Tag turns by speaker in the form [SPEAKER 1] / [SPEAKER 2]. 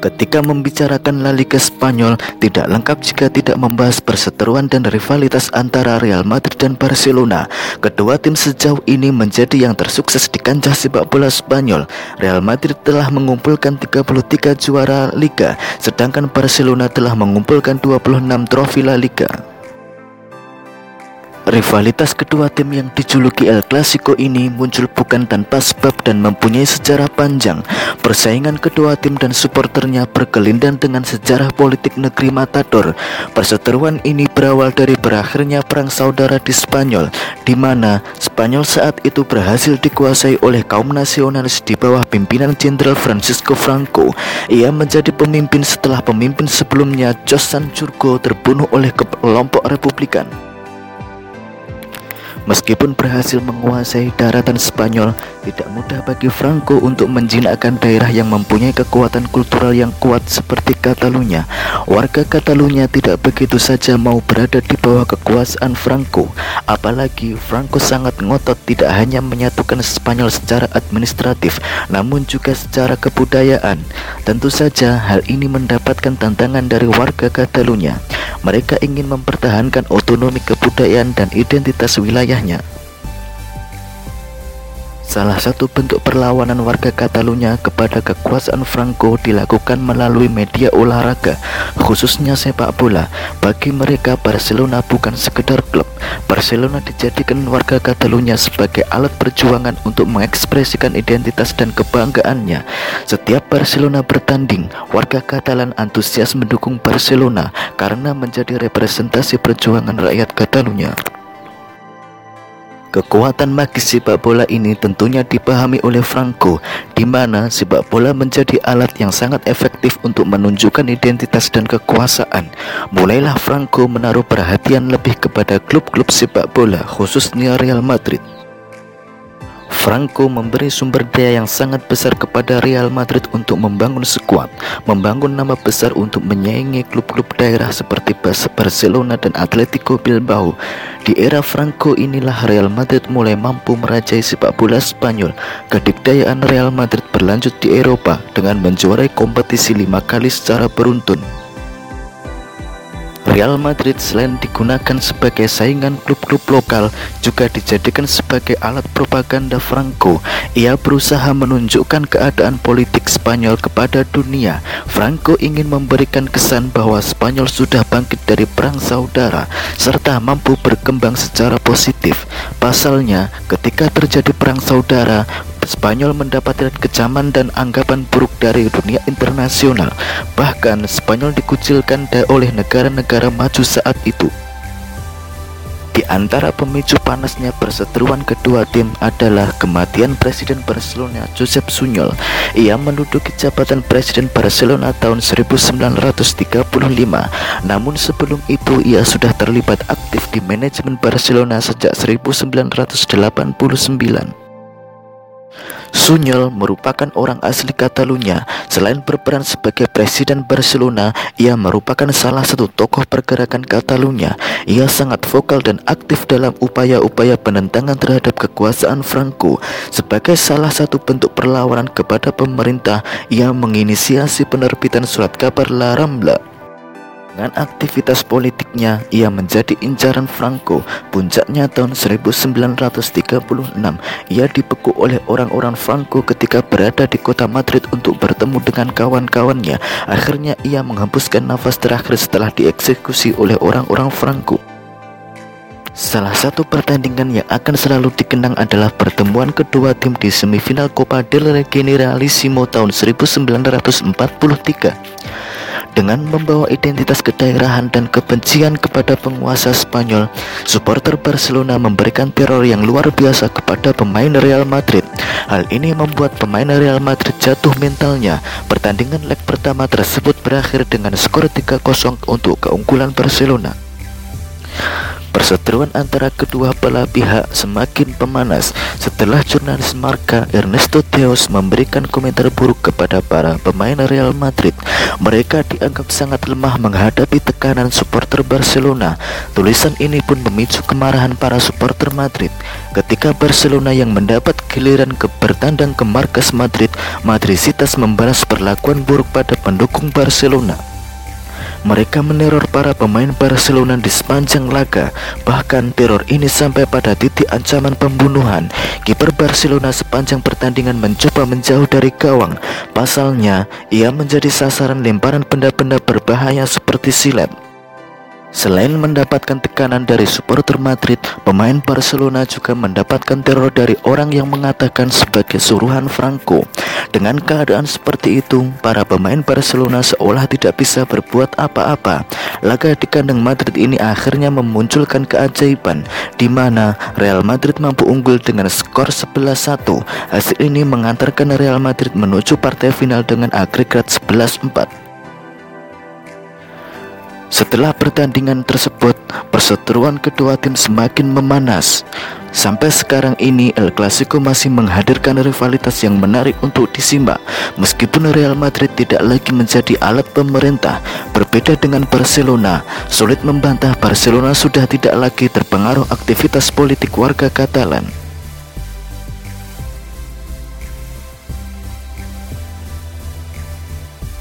[SPEAKER 1] Ketika membicarakan La Liga Spanyol, tidak lengkap jika tidak membahas perseteruan dan rivalitas antara Real Madrid dan Barcelona. Kedua tim sejauh ini menjadi yang tersukses di kancah sepak bola Spanyol. Real Madrid telah mengumpulkan 33 juara Liga, sedangkan Barcelona telah mengumpulkan 26 trofi La Liga. Rivalitas kedua tim yang dijuluki El Clasico ini muncul bukan tanpa sebab dan mempunyai sejarah panjang. Persaingan kedua tim dan suporternya berkelindan dengan sejarah politik negeri Matador. Perseteruan ini berawal dari berakhirnya perang saudara di Spanyol, di mana Spanyol saat itu berhasil dikuasai oleh kaum nasionalis di bawah pimpinan Jenderal Francisco Franco. Ia menjadi pemimpin setelah pemimpin sebelumnya, Jos Sanjurjo, terbunuh oleh kelompok Republikan. Meskipun berhasil menguasai daratan Spanyol, tidak mudah bagi Franco untuk menjinakkan daerah yang mempunyai kekuatan kultural yang kuat seperti Catalunya. Warga Catalunya tidak begitu saja mau berada di bawah kekuasaan Franco. Apalagi Franco sangat ngotot tidak hanya menyatukan Spanyol secara administratif, namun juga secara kebudayaan. Tentu saja hal ini mendapatkan tantangan dari warga Catalunya. Mereka ingin mempertahankan otonomi kebudayaan dan identitas wilayahnya. Salah satu bentuk perlawanan warga Catalunya kepada kekuasaan Franco dilakukan melalui media olahraga, khususnya sepak bola. Bagi mereka, Barcelona bukan sekedar klub. Barcelona dijadikan warga Catalunya sebagai alat perjuangan untuk mengekspresikan identitas dan kebanggaannya. Setiap Barcelona bertanding, warga Katalan antusias mendukung Barcelona karena menjadi representasi perjuangan rakyat Catalunya. Kekuatan magis sepak bola ini tentunya dipahami oleh Franco, di mana sepak bola menjadi alat yang sangat efektif untuk menunjukkan identitas dan kekuasaan. Mulailah Franco menaruh perhatian lebih kepada klub-klub sepak bola, khususnya Real Madrid. Franco memberi sumber daya yang sangat besar kepada Real Madrid untuk membangun skuad, membangun nama besar untuk menyaingi klub-klub daerah seperti Barcelona dan Atletico Bilbao. Di era Franco inilah Real Madrid mulai mampu merajai sepak bola Spanyol. Kedikdayaan Real Madrid berlanjut di Eropa dengan menjuarai kompetisi 5 kali secara beruntun. Real Madrid selain digunakan sebagai saingan klub-klub lokal, juga dijadikan sebagai alat propaganda Franco. Ia berusaha menunjukkan keadaan politik Spanyol kepada dunia. Franco ingin memberikan kesan bahwa Spanyol sudah bangkit dari perang saudara, serta mampu berkembang secara positif. Pasalnya, ketika terjadi perang saudara, Spanyol mendapatkan kecaman dan anggapan buruk dari dunia internasional. Bahkan Spanyol dikucilkan oleh negara-negara maju saat itu. Di antara pemicu panasnya perseteruan kedua tim adalah kematian Presiden Barcelona Josep Sunyol. Ia menduduki jabatan Presiden Barcelona tahun 1935. Namun sebelum itu ia sudah terlibat aktif di manajemen Barcelona sejak 1989. Sunyol merupakan orang asli Catalunya. Selain berperan sebagai presiden Barcelona, ia merupakan salah satu tokoh pergerakan Catalunya. Ia sangat vokal dan aktif dalam upaya-upaya penentangan terhadap kekuasaan Franco. Sebagai salah satu bentuk perlawanan kepada pemerintah, ia menginisiasi penerbitan surat kabar La Rambla. Dengan aktivitas politiknya, ia menjadi incaran Franco. Puncaknya tahun 1936, ia dibekuk oleh orang-orang Franco ketika berada di kota Madrid untuk bertemu dengan kawan-kawannya. Akhirnya ia menghembuskan nafas terakhir setelah dieksekusi oleh orang-orang Franco. Salah satu pertandingan yang akan selalu dikenang adalah pertemuan kedua tim di semifinal Copa del Rey Generalissimo tahun 1943. Dengan membawa identitas kedaerahan dan kebencian kepada penguasa Spanyol, supporter Barcelona memberikan teror yang luar biasa kepada pemain Real Madrid. Hal ini membuat pemain Real Madrid jatuh mentalnya. Pertandingan leg pertama tersebut berakhir dengan skor 3-0 untuk keunggulan Barcelona. Perseteruan antara kedua belah pihak semakin memanas setelah jurnalis Marca Ernesto Theos memberikan komentar buruk kepada para pemain Real Madrid. Mereka dianggap sangat lemah menghadapi tekanan supporter Barcelona. Tulisan ini pun memicu kemarahan para supporter Madrid. Ketika Barcelona yang mendapat giliran bertandang ke markas Madrid, Madriditas membalas perlakuan buruk pada pendukung Barcelona. Mereka meneror para pemain Barcelona di sepanjang laga. Bahkan teror ini sampai pada titik ancaman pembunuhan. Kiper Barcelona sepanjang pertandingan mencoba menjauh dari gawang. Pasalnya, ia menjadi sasaran lemparan benda-benda berbahaya seperti silet. Selain mendapatkan tekanan dari supporter Madrid, pemain Barcelona juga mendapatkan teror dari orang yang mengatakan sebagai suruhan Franco. Dengan keadaan seperti itu, para pemain Barcelona seolah tidak bisa berbuat apa-apa. Laga di kandang Madrid ini akhirnya memunculkan keajaiban, di mana Real Madrid mampu unggul dengan skor 11-1. Hasil ini mengantarkan Real Madrid menuju partai final dengan agregat 11-4. Setelah pertandingan tersebut, perseteruan kedua tim semakin memanas. Sampai sekarang ini El Clasico masih menghadirkan rivalitas yang menarik untuk disimak. Meskipun Real Madrid tidak lagi menjadi alat pemerintah, berbeda dengan Barcelona, sulit membantah Barcelona sudah tidak lagi terpengaruh aktivitas politik warga Katalan.